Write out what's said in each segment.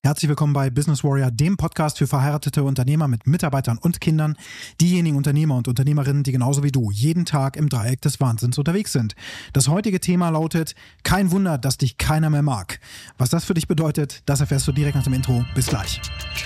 Herzlich willkommen bei Business Warrior, dem Podcast für verheiratete Unternehmer mit Mitarbeitern und Kindern, diejenigen Unternehmer und Unternehmerinnen, die genauso wie du jeden Tag im Dreieck des Wahnsinns unterwegs sind. Das heutige Thema lautet: Kein Wunder, dass dich keiner mehr mag. Was das für dich bedeutet, das erfährst du direkt nach dem Intro. Bis gleich.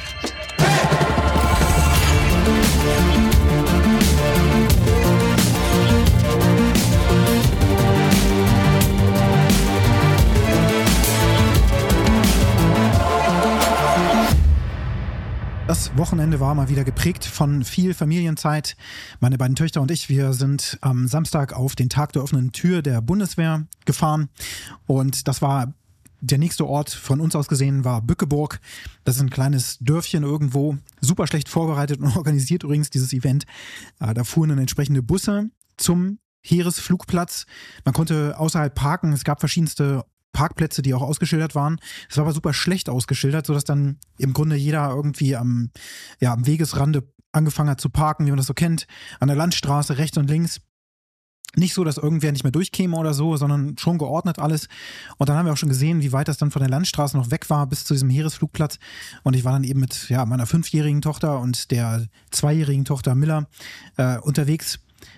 Das Wochenende war mal wieder geprägt von viel Familienzeit. Meine beiden Töchter und ich, wir sind am Samstag auf den Tag der offenen Tür der Bundeswehr gefahren. Und das war der nächste Ort von uns aus gesehen, war Bückeburg. Das ist ein kleines Dörfchen irgendwo, super schlecht vorbereitet und organisiert übrigens dieses Event. Da fuhren dann entsprechende Busse zum Heeresflugplatz. Man konnte außerhalb parken, es gab verschiedenste Parkplätze, die auch ausgeschildert waren. Es war aber super schlecht ausgeschildert, sodass dann im Grunde jeder irgendwie am Wegesrande angefangen hat zu parken, wie man das so kennt, an der Landstraße rechts und links. Nicht so, dass irgendwer nicht mehr durchkäme oder so, sondern schon geordnet alles. Und dann haben wir auch schon gesehen, wie weit das dann von der Landstraße noch weg war bis zu diesem Heeresflugplatz. Und ich war dann eben mit meiner 5-jährigen Tochter und der 2-jährigen Tochter Miller unterwegs.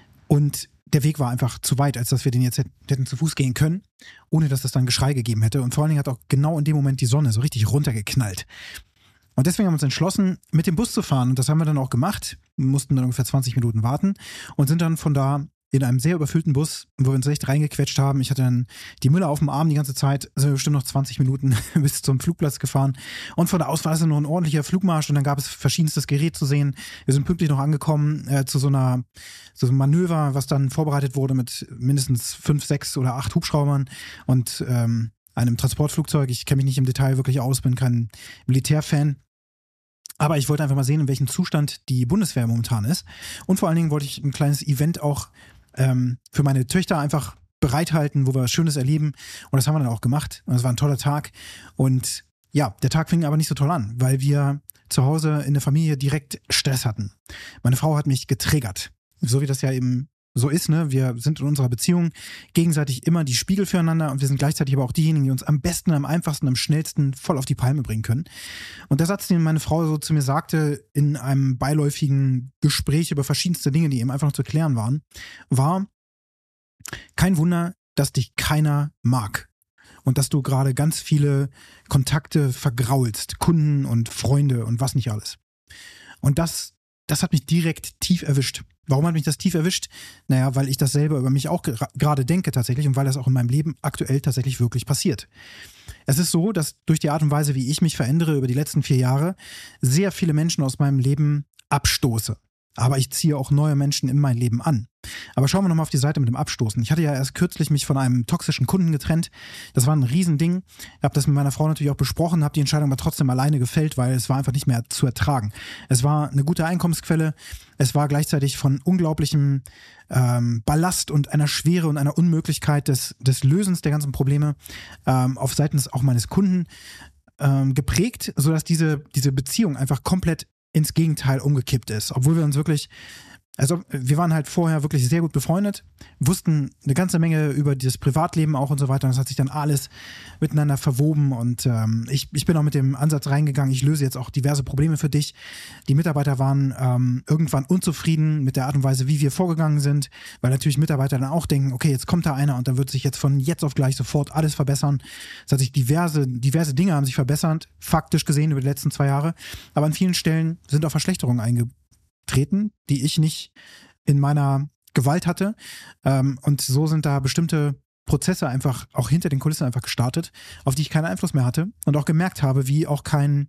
Und der Weg war einfach zu weit, als dass wir den jetzt hätten zu Fuß gehen können, ohne dass es dann Geschrei gegeben hätte. Und vor allen Dingen hat auch genau in dem Moment die Sonne so richtig runtergeknallt. Und deswegen haben wir uns entschlossen, mit dem Bus zu fahren. Und das haben wir dann auch gemacht. Wir mussten dann ungefähr 20 Minuten warten und sind dann von da in einem sehr überfüllten Bus, wo wir uns echt reingequetscht haben. Ich hatte dann die Müller auf dem Arm die ganze Zeit, sind wir bestimmt noch 20 Minuten bis zum Flugplatz gefahren. Und von da aus war es noch ein ordentlicher Flugmarsch und dann gab es verschiedenstes Gerät zu sehen. Wir sind pünktlich noch angekommen zu so einem Manöver, was dann vorbereitet wurde mit mindestens 5, 6 oder 8 Hubschraubern und einem Transportflugzeug. Ich kenne mich nicht im Detail wirklich aus, bin kein Militärfan. Aber ich wollte einfach mal sehen, in welchem Zustand die Bundeswehr momentan ist. Und vor allen Dingen wollte ich ein kleines Event auch für meine Töchter einfach bereithalten, wo wir was Schönes erleben. Und das haben wir dann auch gemacht. Und es war ein toller Tag. Und ja, der Tag fing aber nicht so toll an, weil wir zu Hause in der Familie direkt Stress hatten. Meine Frau hat mich getriggert. So wie das ja eben so ist, ne? Wir sind in unserer Beziehung gegenseitig immer die Spiegel füreinander und wir sind gleichzeitig aber auch diejenigen, die uns am besten, am einfachsten, am schnellsten voll auf die Palme bringen können. Und der Satz, den meine Frau so zu mir sagte in einem beiläufigen Gespräch über verschiedenste Dinge, die eben einfach noch zu klären waren, war: Kein Wunder, dass dich keiner mag und dass du gerade ganz viele Kontakte vergraulst, Kunden und Freunde und was nicht alles. Und das hat mich direkt tief erwischt. Warum hat mich das tief erwischt? Naja, weil ich das selber über mich auch gerade denke tatsächlich und weil das auch in meinem Leben aktuell tatsächlich wirklich passiert. Es ist so, dass durch die Art und Weise, wie ich mich verändere über die letzten 4 Jahre, sehr viele Menschen aus meinem Leben abstoße. Aber ich ziehe auch neue Menschen in mein Leben an. Aber schauen wir nochmal auf die Seite mit dem Abstoßen. Ich hatte ja erst kürzlich mich von einem toxischen Kunden getrennt. Das war ein Riesending. Ich habe das mit meiner Frau natürlich auch besprochen, habe die Entscheidung aber trotzdem alleine gefällt, weil es war einfach nicht mehr zu ertragen. Es war eine gute Einkommensquelle. Es war gleichzeitig von unglaublichem Ballast und einer Schwere und einer Unmöglichkeit des Lösens der ganzen Probleme auf Seiten auch meines Kunden geprägt, sodass diese Beziehung einfach komplett ins Gegenteil umgekippt ist. Obwohl wir uns wirklich, also wir waren halt vorher wirklich sehr gut befreundet, wussten eine ganze Menge über dieses Privatleben auch und so weiter. Und das hat sich dann alles miteinander verwoben. Und ich bin auch mit dem Ansatz reingegangen, ich löse jetzt auch diverse Probleme für dich. Die Mitarbeiter waren irgendwann unzufrieden mit der Art und Weise, wie wir vorgegangen sind, weil natürlich Mitarbeiter dann auch denken, okay, jetzt kommt da einer und dann wird sich jetzt von jetzt auf gleich sofort alles verbessern. Es hat sich diverse Dinge haben sich verbessert, faktisch gesehen über die letzten 2 Jahre. Aber an vielen Stellen sind auch Verschlechterungen eingetreten, die ich nicht in meiner Gewalt hatte. Und so sind da bestimmte Prozesse einfach auch hinter den Kulissen einfach gestartet, auf die ich keinen Einfluss mehr hatte und auch gemerkt habe, wie auch keine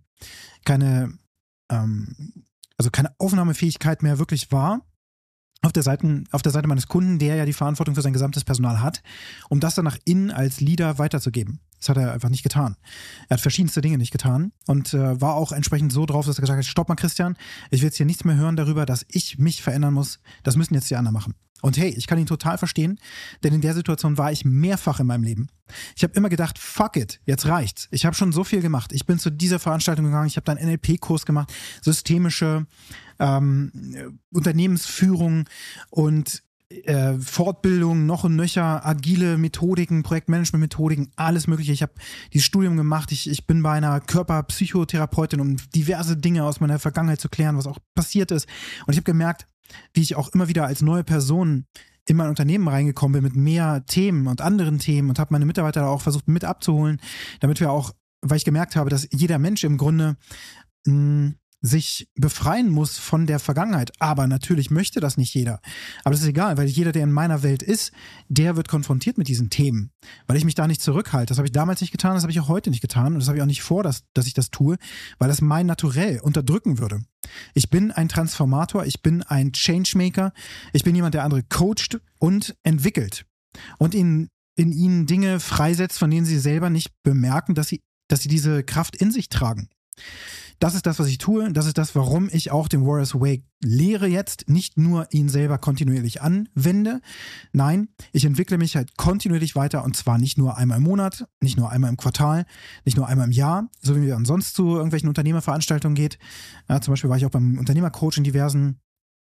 Aufnahmefähigkeit mehr wirklich war auf der Seite meines Kunden, der ja die Verantwortung für sein gesamtes Personal hat, um das dann nach innen als Leader weiterzugeben. Das hat er einfach nicht getan. Er hat verschiedenste Dinge nicht getan und war auch entsprechend so drauf, dass er gesagt hat: Stopp mal, Christian, ich will jetzt hier nichts mehr hören darüber, dass ich mich verändern muss. Das müssen jetzt die anderen machen. Und hey, ich kann ihn total verstehen, denn in der Situation war ich mehrfach in meinem Leben. Ich habe immer gedacht, fuck it, jetzt reicht's. Ich habe schon so viel gemacht. Ich bin zu dieser Veranstaltung gegangen, ich habe da einen NLP-Kurs gemacht, systemische Unternehmensführung und Fortbildung, noch und nöcher, agile Methodiken, Projektmanagement-Methodiken, alles mögliche. Ich habe dieses Studium gemacht, ich bin bei einer Körperpsychotherapeutin, um diverse Dinge aus meiner Vergangenheit zu klären, was auch passiert ist. Und ich habe gemerkt, wie ich auch immer wieder als neue Person in mein Unternehmen reingekommen bin mit mehr Themen und anderen Themen und habe meine Mitarbeiter auch versucht mit abzuholen, damit wir auch, weil ich gemerkt habe, dass jeder Mensch im Grunde sich befreien muss von der Vergangenheit. Aber natürlich möchte das nicht jeder. Aber das ist egal, weil jeder, der in meiner Welt ist, der wird konfrontiert mit diesen Themen. Weil ich mich da nicht zurückhalte. Das habe ich damals nicht getan, das habe ich auch heute nicht getan. Und das habe ich auch nicht vor, dass ich das tue, weil das mein Naturell unterdrücken würde. Ich bin ein Transformator, ich bin ein Changemaker, ich bin jemand, der andere coacht und entwickelt. Und in ihnen Dinge freisetzt, von denen sie selber nicht bemerken, dass sie diese Kraft in sich tragen. Das ist das, was ich tue. Das ist das, warum ich auch den Warriors Way lehre jetzt. Nicht nur ihn selber kontinuierlich anwende. Nein, ich entwickle mich halt kontinuierlich weiter und zwar nicht nur einmal im Monat, nicht nur einmal im Quartal, nicht nur einmal im Jahr, so wie man sonst zu irgendwelchen Unternehmerveranstaltungen geht. Ja, zum Beispiel war ich auch beim Unternehmercoach in diversen,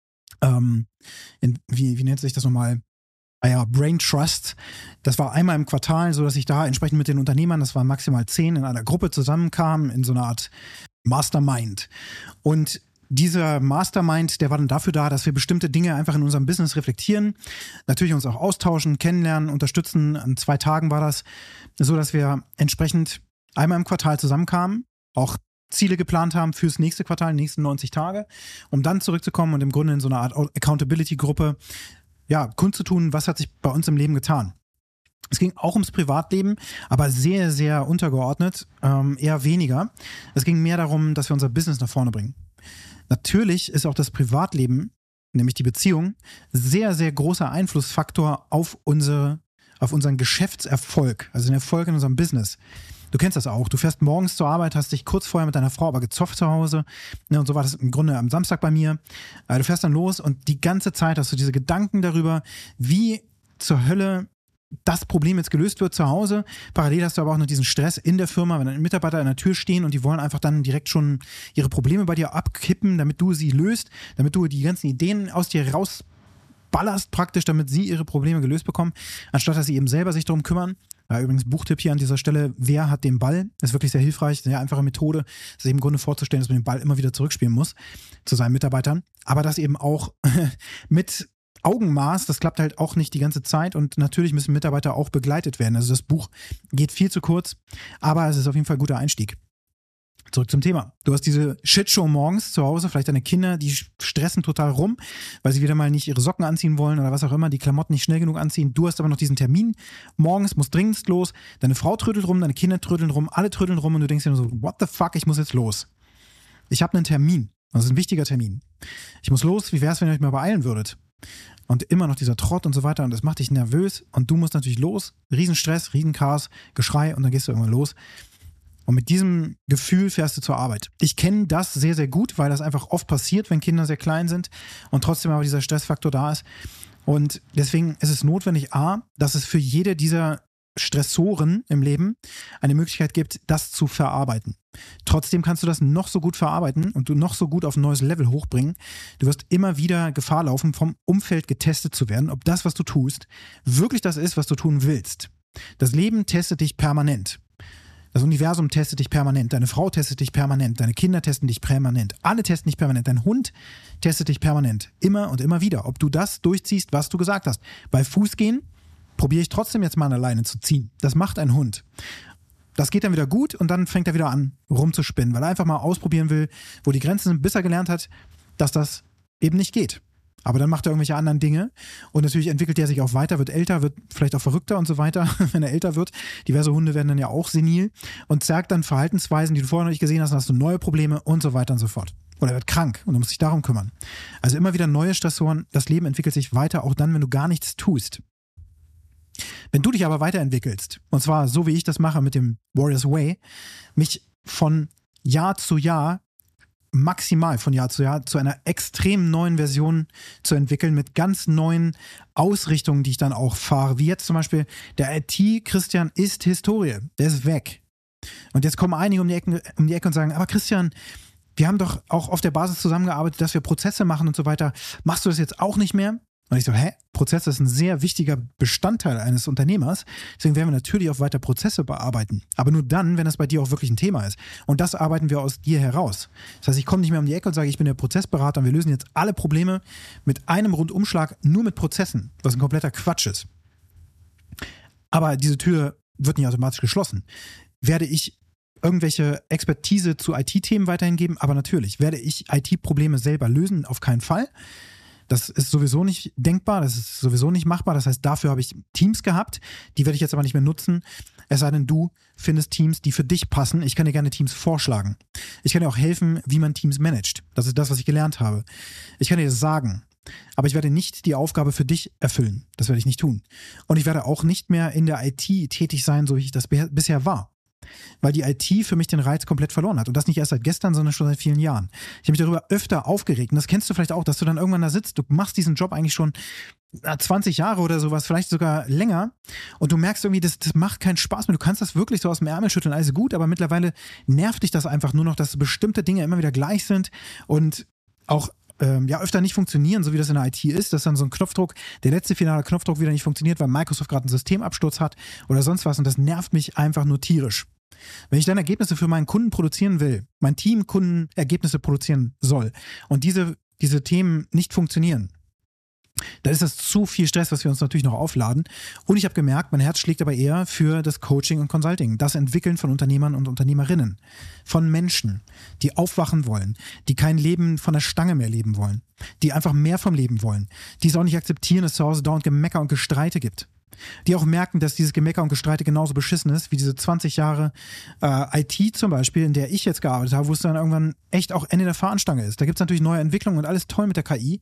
wie nennt sich das nochmal? Brain Trust. Das war einmal im Quartal, so dass ich da entsprechend mit den Unternehmern, das waren maximal 10, in einer Gruppe zusammenkam, in so einer Art Mastermind. Und dieser Mastermind, der war dann dafür da, dass wir bestimmte Dinge einfach in unserem Business reflektieren, natürlich uns auch austauschen, kennenlernen, unterstützen. An 2 Tagen war das, so dass wir entsprechend einmal im Quartal zusammenkamen, auch Ziele geplant haben fürs nächste Quartal, die nächsten 90 Tage, um dann zurückzukommen und im Grunde in so einer Art Accountability-Gruppe kundzutun, was hat sich bei uns im Leben getan. Es ging auch ums Privatleben, aber sehr, sehr untergeordnet, eher weniger. Es ging mehr darum, dass wir unser Business nach vorne bringen. Natürlich ist auch das Privatleben, nämlich die Beziehung, sehr, sehr großer Einflussfaktor auf unseren Geschäftserfolg, also den Erfolg in unserem Business. Du kennst das auch. Du fährst morgens zur Arbeit, hast dich kurz vorher mit deiner Frau aber gezofft zu Hause. Und so war das im Grunde am Samstag bei mir. Du fährst dann los und die ganze Zeit hast du diese Gedanken darüber, wie zur Hölle das Problem jetzt gelöst wird zu Hause. Parallel hast du aber auch noch diesen Stress in der Firma, wenn dann Mitarbeiter an der Tür stehen und die wollen einfach dann direkt schon ihre Probleme bei dir abkippen, damit du sie löst, damit du die ganzen Ideen aus dir rausballerst praktisch, damit sie ihre Probleme gelöst bekommen, anstatt dass sie eben selber sich darum kümmern. Ja, übrigens Buchtipp hier an dieser Stelle, wer hat den Ball? Das ist wirklich sehr hilfreich, eine sehr einfache Methode, sich im Grunde vorzustellen, dass man den Ball immer wieder zurückspielen muss zu seinen Mitarbeitern, aber das eben auch mit Augenmaß, das klappt halt auch nicht die ganze Zeit und natürlich müssen Mitarbeiter auch begleitet werden. Also das Buch geht viel zu kurz, aber es ist auf jeden Fall ein guter Einstieg. Zurück zum Thema. Du hast diese Shitshow morgens zu Hause, vielleicht deine Kinder, die stressen total rum, weil sie wieder mal nicht ihre Socken anziehen wollen oder was auch immer, die Klamotten nicht schnell genug anziehen. Du hast aber noch diesen Termin morgens, musst dringendst los, deine Frau trödelt rum, deine Kinder trödeln rum, alle trödeln rum und du denkst dir nur so, what the fuck, ich muss jetzt los. Ich habe einen Termin, das ist ein wichtiger Termin. Ich muss los, wie wär's, wenn ihr euch mal beeilen würdet? Und immer noch dieser Trott und so weiter und das macht dich nervös und du musst natürlich los, Riesenstress, Riesenchaos, Geschrei und dann gehst du irgendwann los. Und mit diesem Gefühl fährst du zur Arbeit. Ich kenne das sehr, sehr gut, weil das einfach oft passiert, wenn Kinder sehr klein sind und trotzdem aber dieser Stressfaktor da ist. Und deswegen ist es notwendig, dass es für jede dieser Stressoren im Leben eine Möglichkeit gibt, das zu verarbeiten. Trotzdem kannst du das noch so gut verarbeiten und du noch so gut auf ein neues Level hochbringen. Du wirst immer wieder Gefahr laufen, vom Umfeld getestet zu werden, ob das, was du tust, wirklich das ist, was du tun willst. Das Leben testet dich permanent. Das Universum testet dich permanent, deine Frau testet dich permanent, deine Kinder testen dich permanent, alle testen dich permanent, dein Hund testet dich permanent, immer und immer wieder, ob du das durchziehst, was du gesagt hast. Bei Fußgehen probiere ich trotzdem jetzt mal an der Leine zu ziehen. Das macht ein Hund. Das geht dann wieder gut und dann fängt er wieder an rumzuspinnen, weil er einfach mal ausprobieren will, wo die Grenzen sind, bis er gelernt hat, dass das eben nicht geht. Aber dann macht er irgendwelche anderen Dinge und natürlich entwickelt er sich auch weiter, wird älter, wird vielleicht auch verrückter und so weiter, wenn er älter wird. Diverse Hunde werden dann ja auch senil und zeigt dann Verhaltensweisen, die du vorher noch nicht gesehen hast, dann hast du neue Probleme und so weiter und so fort. Oder er wird krank und du musst dich darum kümmern. Also immer wieder neue Stressoren, das Leben entwickelt sich weiter, auch dann, wenn du gar nichts tust. Wenn du dich aber weiterentwickelst, und zwar so wie ich das mache mit dem Warriors Way, mich von Jahr zu Jahr maximal von Jahr zu Jahr zu einer extrem neuen Version zu entwickeln mit ganz neuen Ausrichtungen, die ich dann auch fahre. Wie jetzt zum Beispiel der IT-Christian ist Historie. Der ist weg. Und jetzt kommen einige um die Ecke und sagen, aber Christian, wir haben doch auch auf der Basis zusammengearbeitet, dass wir Prozesse machen und so weiter. Machst du das jetzt auch nicht mehr? Und ich so, Prozesse ist ein sehr wichtiger Bestandteil eines Unternehmers. Deswegen werden wir natürlich auch weiter Prozesse bearbeiten. Aber nur dann, wenn das bei dir auch wirklich ein Thema ist. Und das arbeiten wir aus dir heraus. Das heißt, ich komme nicht mehr um die Ecke und sage, ich bin der Prozessberater und wir lösen jetzt alle Probleme mit einem Rundumschlag nur mit Prozessen, was ein kompletter Quatsch ist. Aber diese Tür wird nicht automatisch geschlossen. Werde ich irgendwelche Expertise zu IT-Themen weiterhin geben? Aber natürlich. Werde ich IT-Probleme selber lösen? Auf keinen Fall. Das ist sowieso nicht denkbar, das ist sowieso nicht machbar. Das heißt, dafür habe ich Teams gehabt, die werde ich jetzt aber nicht mehr nutzen. Es sei denn, du findest Teams, die für dich passen. Ich kann dir gerne Teams vorschlagen. Ich kann dir auch helfen, wie man Teams managt. Das ist das, was ich gelernt habe. Ich kann dir das sagen, aber ich werde nicht die Aufgabe für dich erfüllen. Das werde ich nicht tun. Und ich werde auch nicht mehr in der IT tätig sein, so wie ich das bisher war. Weil die IT für mich den Reiz komplett verloren hat. Und das nicht erst seit gestern, sondern schon seit vielen Jahren. Ich habe mich darüber öfter aufgeregt. Und das kennst du vielleicht auch, dass du dann irgendwann da sitzt. Du machst diesen Job eigentlich schon 20 Jahre oder sowas, vielleicht sogar länger. Und du merkst irgendwie, das macht keinen Spaß mehr. Du kannst das wirklich so aus dem Ärmel schütteln, alles gut. Aber mittlerweile nervt dich das einfach nur noch, dass bestimmte Dinge immer wieder gleich sind. Und auch öfter nicht funktionieren, so wie das in der IT ist, dass dann so ein Knopfdruck, der letzte finale Knopfdruck wieder nicht funktioniert, weil Microsoft gerade einen Systemabsturz hat oder sonst was und das nervt mich einfach nur tierisch. Wenn ich dann Ergebnisse für meinen Kunden produzieren will, mein Team Kunden Ergebnisse produzieren soll und diese Themen nicht funktionieren, dann ist das zu viel Stress, was wir uns natürlich noch aufladen. Und ich habe gemerkt, mein Herz schlägt aber eher für das Coaching und Consulting, das Entwickeln von Unternehmern und Unternehmerinnen, von Menschen, die aufwachen wollen, die kein Leben von der Stange mehr leben wollen, die einfach mehr vom Leben wollen, die es auch nicht akzeptieren, dass es zu Hause dauernd Gemecker und Gestreite gibt. Die auch merken, dass dieses Gemecker und Gestreite genauso beschissen ist wie diese 20 Jahre IT zum Beispiel, in der ich jetzt gearbeitet habe, wo es dann irgendwann echt auch Ende der Fahnenstange ist. Da gibt es natürlich neue Entwicklungen und alles toll mit der KI,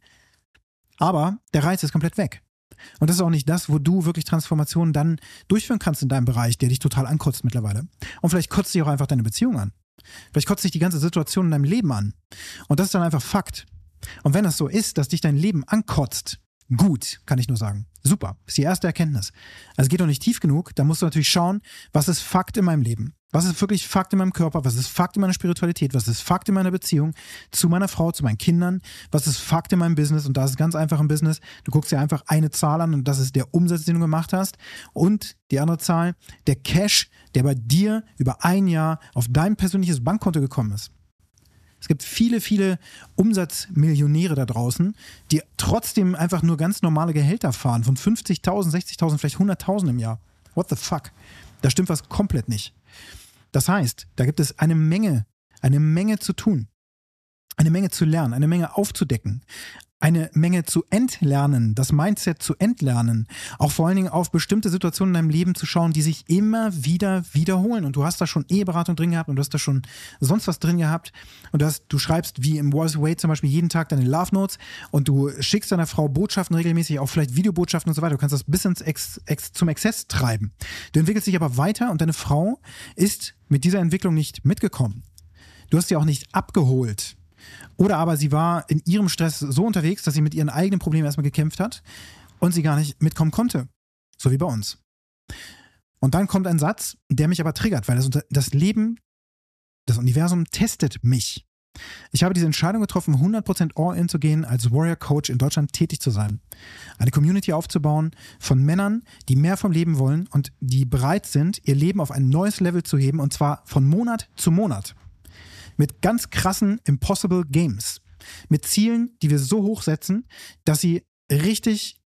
aber der Reiz ist komplett weg. Und das ist auch nicht das, wo du wirklich Transformationen dann durchführen kannst in deinem Bereich, der dich total ankotzt mittlerweile. Und vielleicht kotzt dich auch einfach deine Beziehung an. Vielleicht kotzt dich die ganze Situation in deinem Leben an. Und das ist dann einfach Fakt. Und wenn das so ist, dass dich dein Leben ankotzt, gut, kann ich nur sagen. Super, ist die erste Erkenntnis. Also es geht doch nicht tief genug, da musst du natürlich schauen, was ist Fakt in meinem Leben? Was ist wirklich Fakt in meinem Körper? Was ist Fakt in meiner Spiritualität? Was ist Fakt in meiner Beziehung zu meiner Frau, zu meinen Kindern? Was ist Fakt in meinem Business? Und da ist es ganz einfach im Business. Du guckst dir einfach eine Zahl an und das ist der Umsatz, den du gemacht hast. Und die andere Zahl, der Cash, der bei dir über ein Jahr auf dein persönliches Bankkonto gekommen ist. Es gibt viele, viele Umsatzmillionäre da draußen, die trotzdem einfach nur ganz normale Gehälter fahren von 50.000, 60.000, vielleicht 100.000 im Jahr. What the fuck? Da stimmt was komplett nicht. Das heißt, da gibt es eine Menge zu tun, eine Menge zu lernen, eine Menge aufzudecken, eine Menge zu entlernen, das Mindset zu entlernen, auch vor allen Dingen auf bestimmte Situationen in deinem Leben zu schauen, die sich immer wieder wiederholen. Und du hast da schon Eheberatung drin gehabt und du hast da schon sonst was drin gehabt und du schreibst wie im Voice Way zum Beispiel jeden Tag deine Love Notes und du schickst deiner Frau Botschaften regelmäßig, auch vielleicht Videobotschaften und so weiter. Du kannst das bis zum Exzess treiben. Du entwickelst dich aber weiter und deine Frau ist mit dieser Entwicklung nicht mitgekommen. Du hast sie auch nicht abgeholt. Oder aber sie war in ihrem Stress so unterwegs, dass sie mit ihren eigenen Problemen erstmal gekämpft hat und sie gar nicht mitkommen konnte. So wie bei uns. Und dann kommt ein Satz, der mich aber triggert, weil das Leben, das Universum testet mich. Ich habe diese Entscheidung getroffen, 100% All-In zu gehen, als Warrior Coach in Deutschland tätig zu sein. Eine Community aufzubauen von Männern, die mehr vom Leben wollen und die bereit sind, ihr Leben auf ein neues Level zu heben und zwar von Monat zu Monat. Mit ganz krassen Impossible Games. Mit Zielen, die wir so hoch setzen, dass es richtig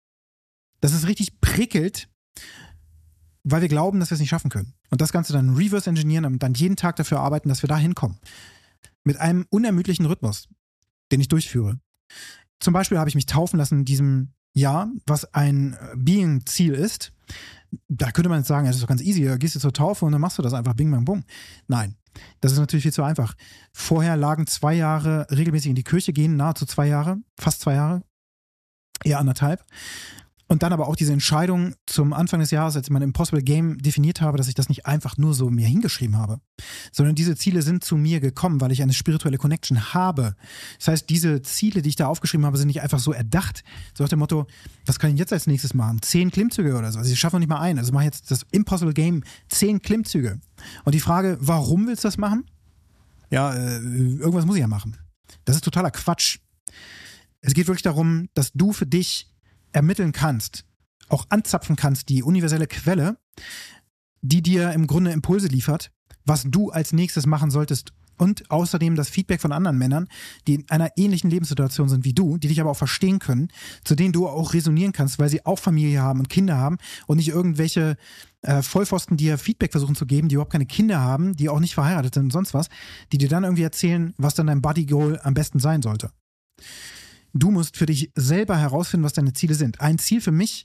prickelt, weil wir glauben, dass wir es nicht schaffen können. Und das Ganze dann reverse engineeren und dann jeden Tag dafür arbeiten, dass wir da hinkommen. Mit einem unermüdlichen Rhythmus, den ich durchführe. Zum Beispiel habe ich mich taufen lassen in diesem Jahr, was ein Being-Ziel ist. Da könnte man jetzt sagen, das ist doch ganz easy, gehst du zur Taufe und dann machst du das einfach, bing, bang, bung. Nein. Das ist natürlich viel zu einfach. Vorher lagen 2 Jahre regelmäßig in die Kirche gehen, nahezu 2 Jahre, fast 2 Jahre, eher 1,5. Und dann aber auch diese Entscheidung zum Anfang des Jahres, als ich mein Impossible Game definiert habe, dass ich das nicht einfach nur so mir hingeschrieben habe, sondern diese Ziele sind zu mir gekommen, weil ich eine spirituelle Connection habe. Das heißt, diese Ziele, die ich da aufgeschrieben habe, sind nicht einfach so erdacht. So nach dem Motto, was kann ich jetzt als nächstes machen? 10 Klimmzüge oder so. Also ich schaffe noch nicht mal einen. Also mache jetzt das Impossible Game 10 Klimmzüge. Und die Frage, warum willst du das machen? Ja, irgendwas muss ich ja machen. Das ist totaler Quatsch. Es geht wirklich darum, dass du für dich ermitteln kannst, auch anzapfen kannst, die universelle Quelle, die dir im Grunde Impulse liefert, was du als nächstes machen solltest. Und außerdem das Feedback von anderen Männern, die in einer ähnlichen Lebenssituation sind wie du, die dich aber auch verstehen können, zu denen du auch resonieren kannst, weil sie auch Familie haben und Kinder haben und nicht irgendwelche Vollpfosten, die dir Feedback versuchen zu geben, die überhaupt keine Kinder haben, die auch nicht verheiratet sind und sonst was, die dir dann irgendwie erzählen, was dann dein Body Goal am besten sein sollte. Du musst für dich selber herausfinden, was deine Ziele sind. Ein Ziel für mich,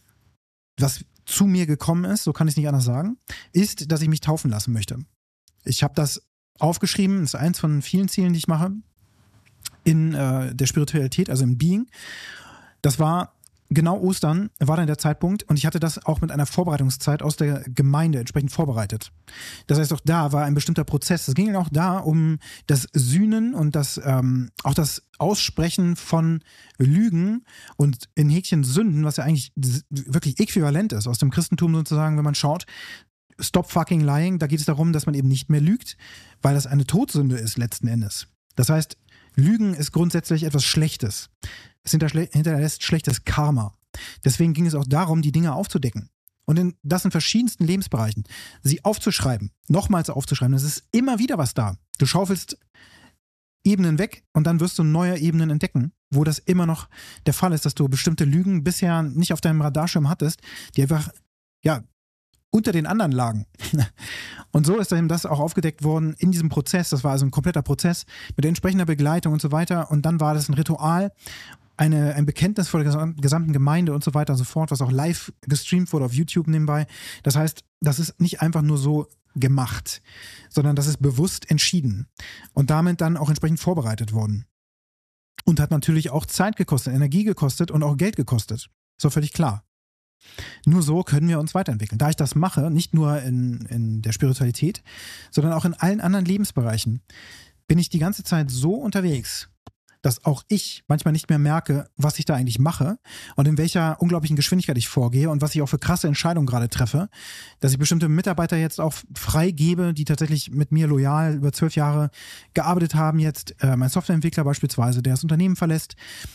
was zu mir gekommen ist, so kann ich es nicht anders sagen, ist, dass ich mich taufen lassen möchte. Ich habe das aufgeschrieben, das ist eins von vielen Zielen, die ich mache in der Spiritualität, also im Being. Das war genau Ostern, war dann der Zeitpunkt und ich hatte das auch mit einer Vorbereitungszeit aus der Gemeinde entsprechend vorbereitet. Das heißt, auch da war ein bestimmter Prozess. Es ging auch da um das Sühnen und das auch das Aussprechen von Lügen und in Häkchen Sünden, was ja eigentlich wirklich äquivalent ist aus dem Christentum sozusagen, wenn man schaut. Stop fucking lying, da geht es darum, dass man eben nicht mehr lügt, weil das eine Todsünde ist letzten Endes. Das heißt, Lügen ist grundsätzlich etwas Schlechtes. Es hinterlässt schlechtes Karma. Deswegen ging es auch darum, die Dinge aufzudecken. Und das in verschiedensten Lebensbereichen. Sie aufzuschreiben, nochmals aufzuschreiben. Es ist immer wieder was da. Du schaufelst Ebenen weg und dann wirst du neue Ebenen entdecken, wo das immer noch der Fall ist, dass du bestimmte Lügen bisher nicht auf deinem Radarschirm hattest, die einfach, ja, unter den anderen lagen. Und so ist dann das auch aufgedeckt worden in diesem Prozess. Das war also ein kompletter Prozess mit entsprechender Begleitung und so weiter. Und dann war das ein Ritual, ein Bekenntnis vor der gesamten Gemeinde und so weiter und so fort, was auch live gestreamt wurde auf YouTube nebenbei. Das heißt, das ist nicht einfach nur so gemacht, sondern das ist bewusst entschieden und damit dann auch entsprechend vorbereitet worden. Und hat natürlich auch Zeit gekostet, Energie gekostet und auch Geld gekostet. Ist doch völlig klar. Nur so können wir uns weiterentwickeln. Da ich das mache, nicht nur in der Spiritualität, sondern auch in allen anderen Lebensbereichen, bin ich die ganze Zeit so unterwegs, dass auch ich manchmal nicht mehr merke, was ich da eigentlich mache und in welcher unglaublichen Geschwindigkeit ich vorgehe und was ich auch für krasse Entscheidungen gerade treffe, dass ich bestimmte Mitarbeiter jetzt auch freigebe, die tatsächlich mit mir loyal über 12 Jahre gearbeitet haben jetzt, mein Softwareentwickler beispielsweise, der das Unternehmen verlässt,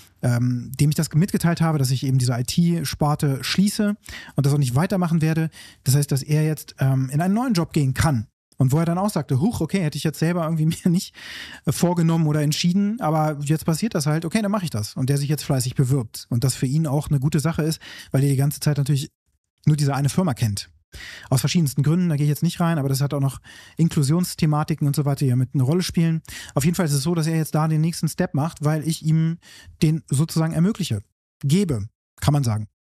dem ich das mitgeteilt habe, dass ich eben diese IT-Sparte schließe und das auch nicht weitermachen werde. Das heißt, dass er jetzt in einen neuen Job gehen kann. Und wo er dann auch sagte, huch, okay, hätte ich jetzt selber irgendwie mir nicht vorgenommen oder entschieden, aber jetzt passiert das halt, okay, dann mache ich das. Und der sich jetzt fleißig bewirbt. Und das für ihn auch eine gute Sache ist, weil er die ganze Zeit natürlich nur diese eine Firma kennt. Aus verschiedensten Gründen, da gehe ich jetzt nicht rein, aber das hat auch noch Inklusionsthematiken und so weiter, die ja mit eine Rolle spielen. Auf jeden Fall ist es so, dass er jetzt da den nächsten Step macht, weil ich ihm den sozusagen ermögliche, gebe, kann man sagen.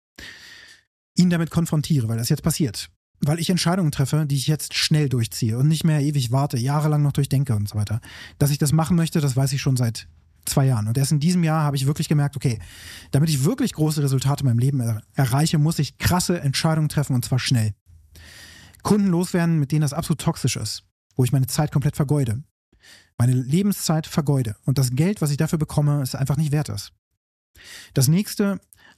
Ihn damit konfrontiere, weil das jetzt passiert. Weil ich Entscheidungen treffe, die ich jetzt schnell durchziehe und nicht mehr ewig warte, jahrelang noch durchdenke und so weiter. Dass ich das machen möchte, das weiß ich schon seit 2 Jahren. Und erst in diesem Jahr habe ich wirklich gemerkt, okay, damit ich wirklich große Resultate in meinem Leben erreiche, muss ich krasse Entscheidungen treffen und zwar schnell. Kunden loswerden, mit denen das absolut toxisch ist, wo ich meine Zeit komplett vergeude. Meine Lebenszeit vergeude. Und das Geld, was ich dafür bekomme, ist einfach nicht wert ist. Das nächste,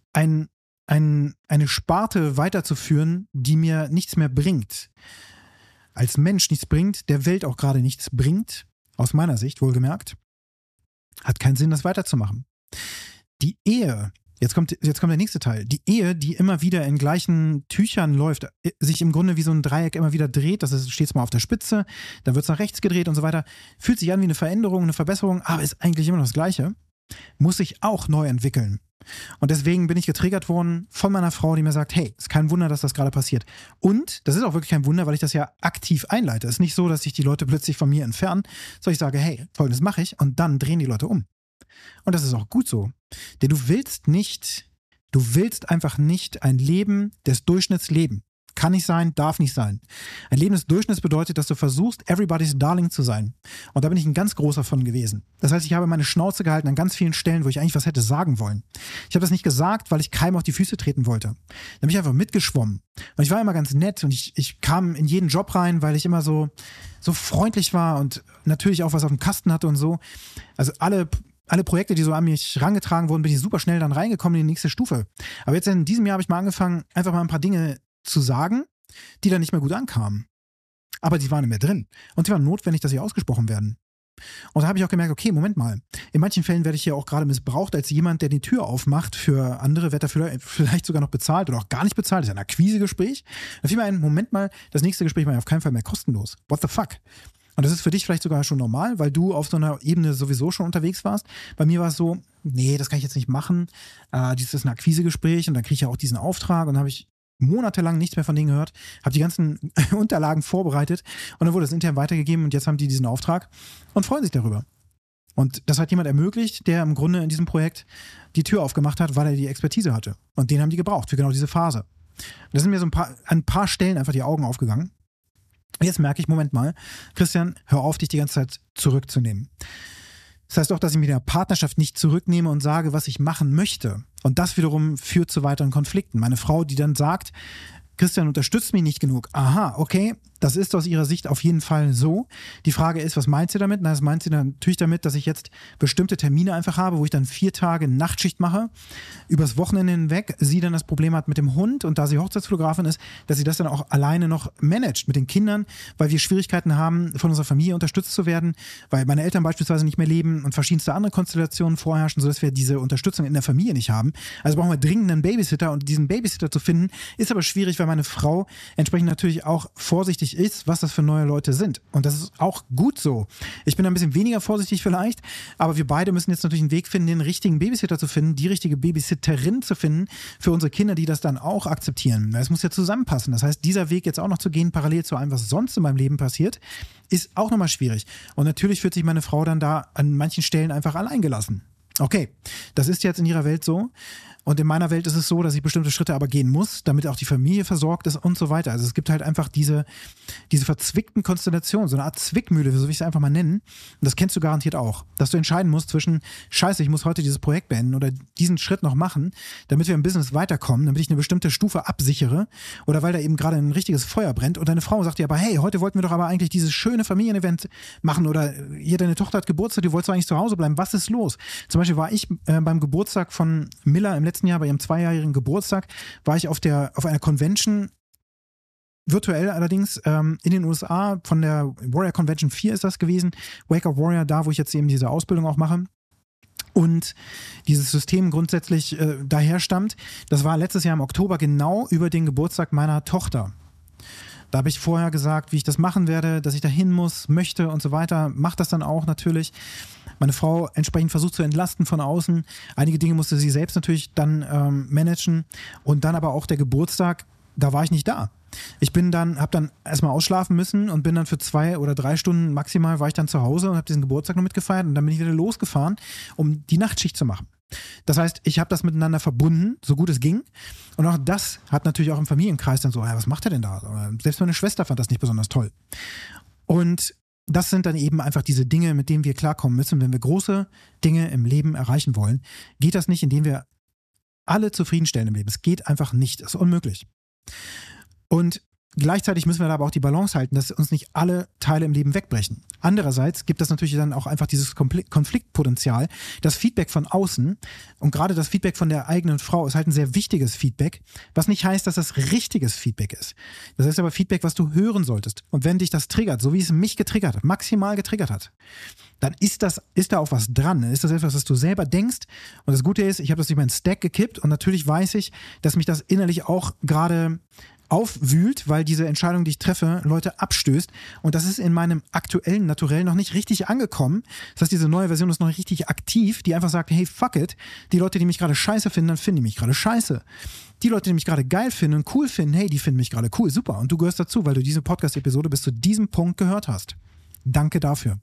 eine Sparte weiterzuführen, die mir nichts mehr bringt. Als Mensch nichts bringt, der Welt auch gerade nichts bringt, aus meiner Sicht wohlgemerkt, hat keinen Sinn, das weiterzumachen. Die Ehe, jetzt kommt der nächste Teil, die Ehe, die immer wieder in gleichen Tüchern läuft, sich im Grunde wie so ein Dreieck immer wieder dreht, das ist stets mal auf der Spitze, dann wird es nach rechts gedreht und so weiter, fühlt sich an wie eine Veränderung, eine Verbesserung, aber ist eigentlich immer noch das Gleiche, muss sich auch neu entwickeln. Und deswegen bin ich getriggert worden von meiner Frau, die mir sagt, hey, ist kein Wunder, dass das gerade passiert. Und das ist auch wirklich kein Wunder, weil ich das ja aktiv einleite. Es ist nicht so, dass sich die Leute plötzlich von mir entfernen, sondern ich sage, hey, Folgendes mache ich und dann drehen die Leute um. Und das ist auch gut so. Denn du willst einfach nicht ein Leben des Durchschnitts leben. Kann nicht sein, darf nicht sein. Ein Leben des Durchschnitts bedeutet, dass du versuchst, everybody's darling zu sein. Und da bin ich ein ganz großer von gewesen. Das heißt, ich habe meine Schnauze gehalten an ganz vielen Stellen, wo ich eigentlich was hätte sagen wollen. Ich habe das nicht gesagt, weil ich keinem auf die Füße treten wollte. Da bin ich einfach mitgeschwommen. Und ich war immer ganz nett und ich kam in jeden Job rein, weil ich immer so freundlich war und natürlich auch was auf dem Kasten hatte und so. Also alle Projekte, die so an mich herangetragen wurden, bin ich super schnell dann reingekommen in die nächste Stufe. Aber jetzt in diesem Jahr habe ich mal angefangen, einfach mal ein paar Dinge zu sagen, die dann nicht mehr gut ankamen. Aber die waren in mir drin. Und sie waren notwendig, dass sie ausgesprochen werden. Und da habe ich auch gemerkt, okay, Moment mal. In manchen Fällen werde ich ja auch gerade missbraucht als jemand, der die Tür aufmacht für andere, wird dafür vielleicht sogar noch bezahlt oder auch gar nicht bezahlt. Das ist ein Akquisegespräch. Da fiel mir ein, Moment mal, das nächste Gespräch war ja auf keinen Fall mehr kostenlos. What the fuck? Und das ist für dich vielleicht sogar schon normal, weil du auf so einer Ebene sowieso schon unterwegs warst. Bei mir war es so, nee, das kann ich jetzt nicht machen. Dies ist ein Akquisegespräch und dann kriege ich ja auch diesen Auftrag und dann habe ich monatelang nichts mehr von denen gehört, habe die ganzen Unterlagen vorbereitet und dann wurde es intern weitergegeben und jetzt haben die diesen Auftrag und freuen sich darüber. Und das hat jemand ermöglicht, der im Grunde in diesem Projekt die Tür aufgemacht hat, weil er die Expertise hatte. Und den haben die gebraucht für genau diese Phase. Da sind mir so an ein paar Stellen einfach die Augen aufgegangen. Jetzt merke ich, Moment mal, Christian, hör auf, dich die ganze Zeit zurückzunehmen. Das heißt auch, dass ich mich in der Partnerschaft nicht zurücknehme und sage, was ich machen möchte. Und das wiederum führt zu weiteren Konflikten. Meine Frau, die dann sagt, Christian unterstützt mich nicht genug. Aha, okay, das ist aus ihrer Sicht auf jeden Fall so. Die Frage ist, was meint sie damit? Na, das meint sie natürlich damit, dass ich jetzt bestimmte Termine einfach habe, wo ich dann 4 Tage Nachtschicht mache, übers Wochenende hinweg, sie dann das Problem hat mit dem Hund und da sie Hochzeitsfotografin ist, dass sie das dann auch alleine noch managt mit den Kindern, weil wir Schwierigkeiten haben, von unserer Familie unterstützt zu werden, weil meine Eltern beispielsweise nicht mehr leben und verschiedenste andere Konstellationen vorherrschen, sodass wir diese Unterstützung in der Familie nicht haben. Also brauchen wir dringend einen Babysitter und diesen Babysitter zu finden, ist aber schwierig, weil meine Frau entsprechend natürlich auch vorsichtig ist, was das für neue Leute sind. Und das ist auch gut so. Ich bin ein bisschen weniger vorsichtig vielleicht, aber wir beide müssen jetzt natürlich einen Weg finden, den richtigen Babysitter zu finden, die richtige Babysitterin zu finden für unsere Kinder, die das dann auch akzeptieren. Es muss ja zusammenpassen. Das heißt, dieser Weg jetzt auch noch zu gehen, parallel zu allem, was sonst in meinem Leben passiert, ist auch nochmal schwierig. Und natürlich fühlt sich meine Frau dann da an manchen Stellen einfach allein gelassen. Okay, das ist jetzt in ihrer Welt so. Und in meiner Welt ist es so, dass ich bestimmte Schritte aber gehen muss, damit auch die Familie versorgt ist und so weiter. Also es gibt halt einfach diese verzwickten Konstellationen, so eine Art Zwickmühle, so will ich es einfach mal nennen. Und das kennst du garantiert auch, dass du entscheiden musst zwischen, scheiße, ich muss heute dieses Projekt beenden oder diesen Schritt noch machen, damit wir im Business weiterkommen, damit ich eine bestimmte Stufe absichere oder weil da eben gerade ein richtiges Feuer brennt und deine Frau sagt dir aber, hey, heute wollten wir doch aber eigentlich dieses schöne Familienevent machen oder hier deine Tochter hat Geburtstag, du wolltest eigentlich zu Hause bleiben, was ist los? Zum Beispiel war ich beim Geburtstag von Miller im letzten Jahr, bei ihrem 2-jährigen Geburtstag, war ich auf einer Convention, virtuell allerdings, in den USA, von der Warrior Convention 4 ist das gewesen, Wake Up Warrior, da wo ich jetzt eben diese Ausbildung auch mache. Und dieses System grundsätzlich daher stammt, das war letztes Jahr im Oktober genau über den Geburtstag meiner Tochter. Da habe ich vorher gesagt, wie ich das machen werde, dass ich da hin muss, möchte und so weiter. Macht das dann auch natürlich. Meine Frau entsprechend versucht zu entlasten von außen. Einige Dinge musste sie selbst natürlich dann managen. Und dann aber auch der Geburtstag, da war ich nicht da. Habe dann erstmal ausschlafen müssen und bin dann für 2 oder 3 Stunden maximal war ich dann zu Hause und habe diesen Geburtstag noch mitgefeiert und dann bin ich wieder losgefahren, um die Nachtschicht zu machen. Das heißt, ich habe das miteinander verbunden, so gut es ging. Und auch das hat natürlich auch im Familienkreis dann so, ja, was macht er denn da? Selbst meine Schwester fand das nicht besonders toll. Und das sind dann eben einfach diese Dinge, mit denen wir klarkommen müssen. Wenn wir große Dinge im Leben erreichen wollen, geht das nicht, indem wir alle zufriedenstellen im Leben. Es geht einfach nicht. Es ist unmöglich. Und gleichzeitig müssen wir aber auch die Balance halten, dass uns nicht alle Teile im Leben wegbrechen. Andererseits gibt es natürlich dann auch einfach dieses Konfliktpotenzial. Das Feedback von außen und gerade das Feedback von der eigenen Frau ist halt ein sehr wichtiges Feedback, was nicht heißt, dass das richtiges Feedback ist. Das heißt aber Feedback, was du hören solltest. Und wenn dich das triggert, so wie es mich getriggert hat, maximal getriggert hat, dann ist da auch was dran. Dann ist das etwas, was du selber denkst. Und das Gute ist, ich habe das durch meinen Stack gekippt und natürlich weiß ich, dass mich das innerlich auch gerade aufwühlt, weil diese Entscheidung, die ich treffe, Leute abstößt. Und das ist in meinem aktuellen Naturell noch nicht richtig angekommen. Das heißt, diese neue Version ist noch nicht richtig aktiv, die einfach sagt, hey, fuck it. Die Leute, die mich gerade scheiße finden, dann finden die mich gerade scheiße. Die Leute, die mich gerade geil finden und cool finden, hey, die finden mich gerade cool, super. Und du gehörst dazu, weil du diese Podcast-Episode bis zu diesem Punkt gehört hast. Danke dafür.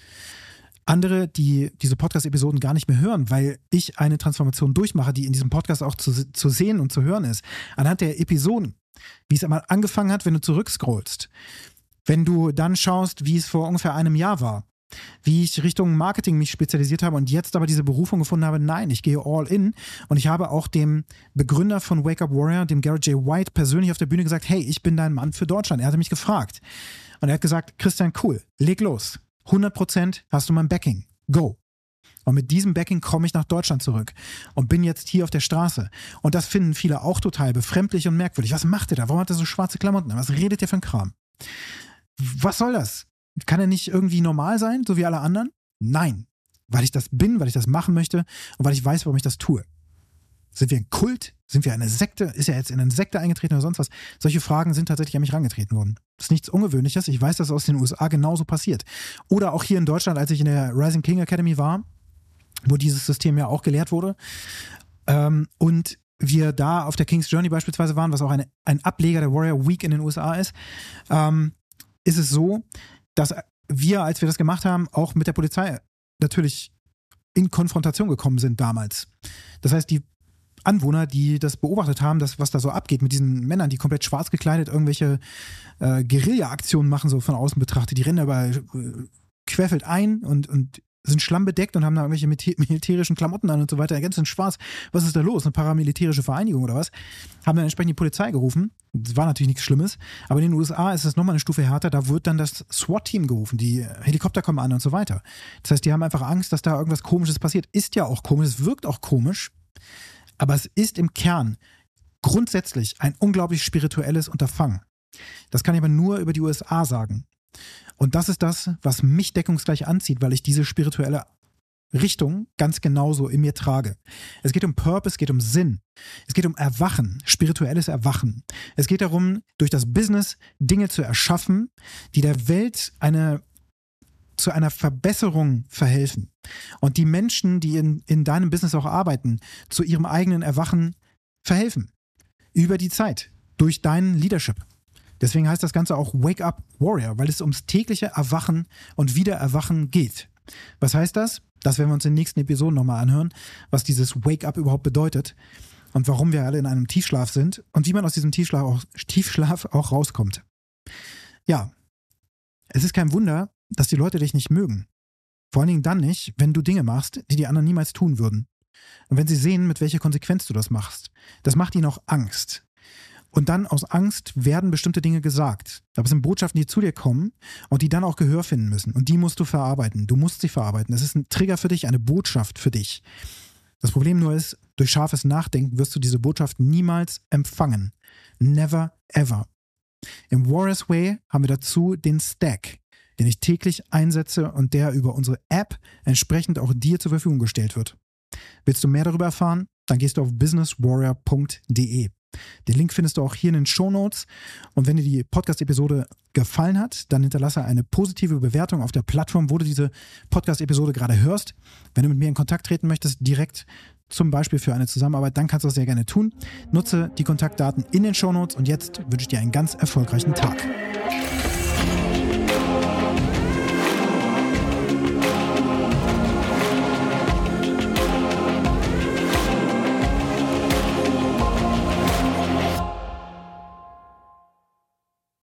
Andere, die diese Podcast-Episoden gar nicht mehr hören, weil ich eine Transformation durchmache, die in diesem Podcast auch zu sehen und zu hören ist. Anhand der Episoden, wie es einmal angefangen hat, wenn du zurückscrollst. Wenn du dann schaust, wie es vor ungefähr einem Jahr war. Wie ich Richtung Marketing mich spezialisiert habe und jetzt aber diese Berufung gefunden habe, nein, ich gehe all in. Und ich habe auch dem Begründer von Wake Up Warrior, dem Garrett J. White, persönlich auf der Bühne gesagt, hey, ich bin dein Mann für Deutschland. Er hatte mich gefragt. Und er hat gesagt, Christian, cool, leg los. 100% hast du mein Backing. Go. Und mit diesem Backing komme ich nach Deutschland zurück und bin jetzt hier auf der Straße. Und das finden viele auch total befremdlich und merkwürdig. Was macht ihr da? Warum hat er so schwarze Klamotten? Was redet ihr für ein Kram? Was soll das? Kann er nicht irgendwie normal sein, so wie alle anderen? Nein, weil ich das bin, weil ich das machen möchte und weil ich weiß, warum ich das tue. Sind wir ein Kult? Sind wir eine Sekte? Ist er jetzt in eine Sekte eingetreten oder sonst was? Solche Fragen sind tatsächlich an mich herangetreten worden. Das ist nichts Ungewöhnliches. Ich weiß, dass es aus den USA genauso passiert. Oder auch hier in Deutschland, als ich in der Rising King Academy war, wo dieses System ja auch gelehrt wurde. Und wir da auf der King's Journey beispielsweise waren, was auch ein Ableger der Warrior Week in den USA ist, ist es so, dass wir, als wir das gemacht haben, auch mit der Polizei natürlich in Konfrontation gekommen sind damals. Das heißt, die Anwohner, die das beobachtet haben, was da so abgeht mit diesen Männern, die komplett schwarz gekleidet irgendwelche Guerilla-Aktionen machen, so von außen betrachtet. Die rennen aber querfeld ein und sind schlammbedeckt und haben da irgendwelche militärischen Klamotten an und so weiter. Ganz in schwarz. Was ist da los? Eine paramilitärische Vereinigung oder was? Haben dann entsprechend die Polizei gerufen. Das war natürlich nichts Schlimmes. Aber in den USA ist es nochmal eine Stufe härter. Da wird dann das SWAT-Team gerufen. Die Helikopter kommen an und so weiter. Das heißt, die haben einfach Angst, dass da irgendwas Komisches passiert. Ist ja auch komisch. Es wirkt auch komisch. Aber es ist im Kern grundsätzlich ein unglaublich spirituelles Unterfangen. Das kann ich aber nur über die USA sagen. Und das ist das, was mich deckungsgleich anzieht, weil ich diese spirituelle Richtung ganz genauso in mir trage. Es geht um Purpose, es geht um Sinn. Es geht um Erwachen, spirituelles Erwachen. Es geht darum, durch das Business Dinge zu erschaffen, die der Welt zu einer Verbesserung verhelfen. Und die Menschen, die in deinem Business auch arbeiten, zu ihrem eigenen Erwachen verhelfen. Über die Zeit. Durch deinen Leadership. Deswegen heißt das Ganze auch Wake Up Warrior, weil es ums tägliche Erwachen und Wiedererwachen geht. Was heißt das? Das werden wir uns in den nächsten Episoden nochmal anhören, was dieses Wake Up überhaupt bedeutet und warum wir alle in einem Tiefschlaf sind und wie man aus diesem Tiefschlaf auch rauskommt. Ja, es ist kein Wunder, dass die Leute dich nicht mögen. Vor allen Dingen dann nicht, wenn du Dinge machst, die anderen niemals tun würden. Und wenn sie sehen, mit welcher Konsequenz du das machst. Das macht ihnen auch Angst. Und dann aus Angst werden bestimmte Dinge gesagt. Aber es sind Botschaften, die zu dir kommen und die dann auch Gehör finden müssen. Und die musst du verarbeiten. Du musst sie verarbeiten. Das ist ein Trigger für dich, eine Botschaft für dich. Das Problem nur ist, durch scharfes Nachdenken wirst du diese Botschaft niemals empfangen. Never ever. Im Warriors Way haben wir dazu den Stack, den ich täglich einsetze und der über unsere App entsprechend auch dir zur Verfügung gestellt wird. Willst du mehr darüber erfahren? Dann gehst du auf businesswarrior.de. Den Link findest du auch hier in den Shownotes. Und wenn dir die Podcast-Episode gefallen hat, dann hinterlasse eine positive Bewertung auf der Plattform, wo du diese Podcast-Episode gerade hörst. Wenn du mit mir in Kontakt treten möchtest, direkt zum Beispiel für eine Zusammenarbeit, dann kannst du das sehr gerne tun. Nutze die Kontaktdaten in den Shownotes und jetzt wünsche ich dir einen ganz erfolgreichen Tag.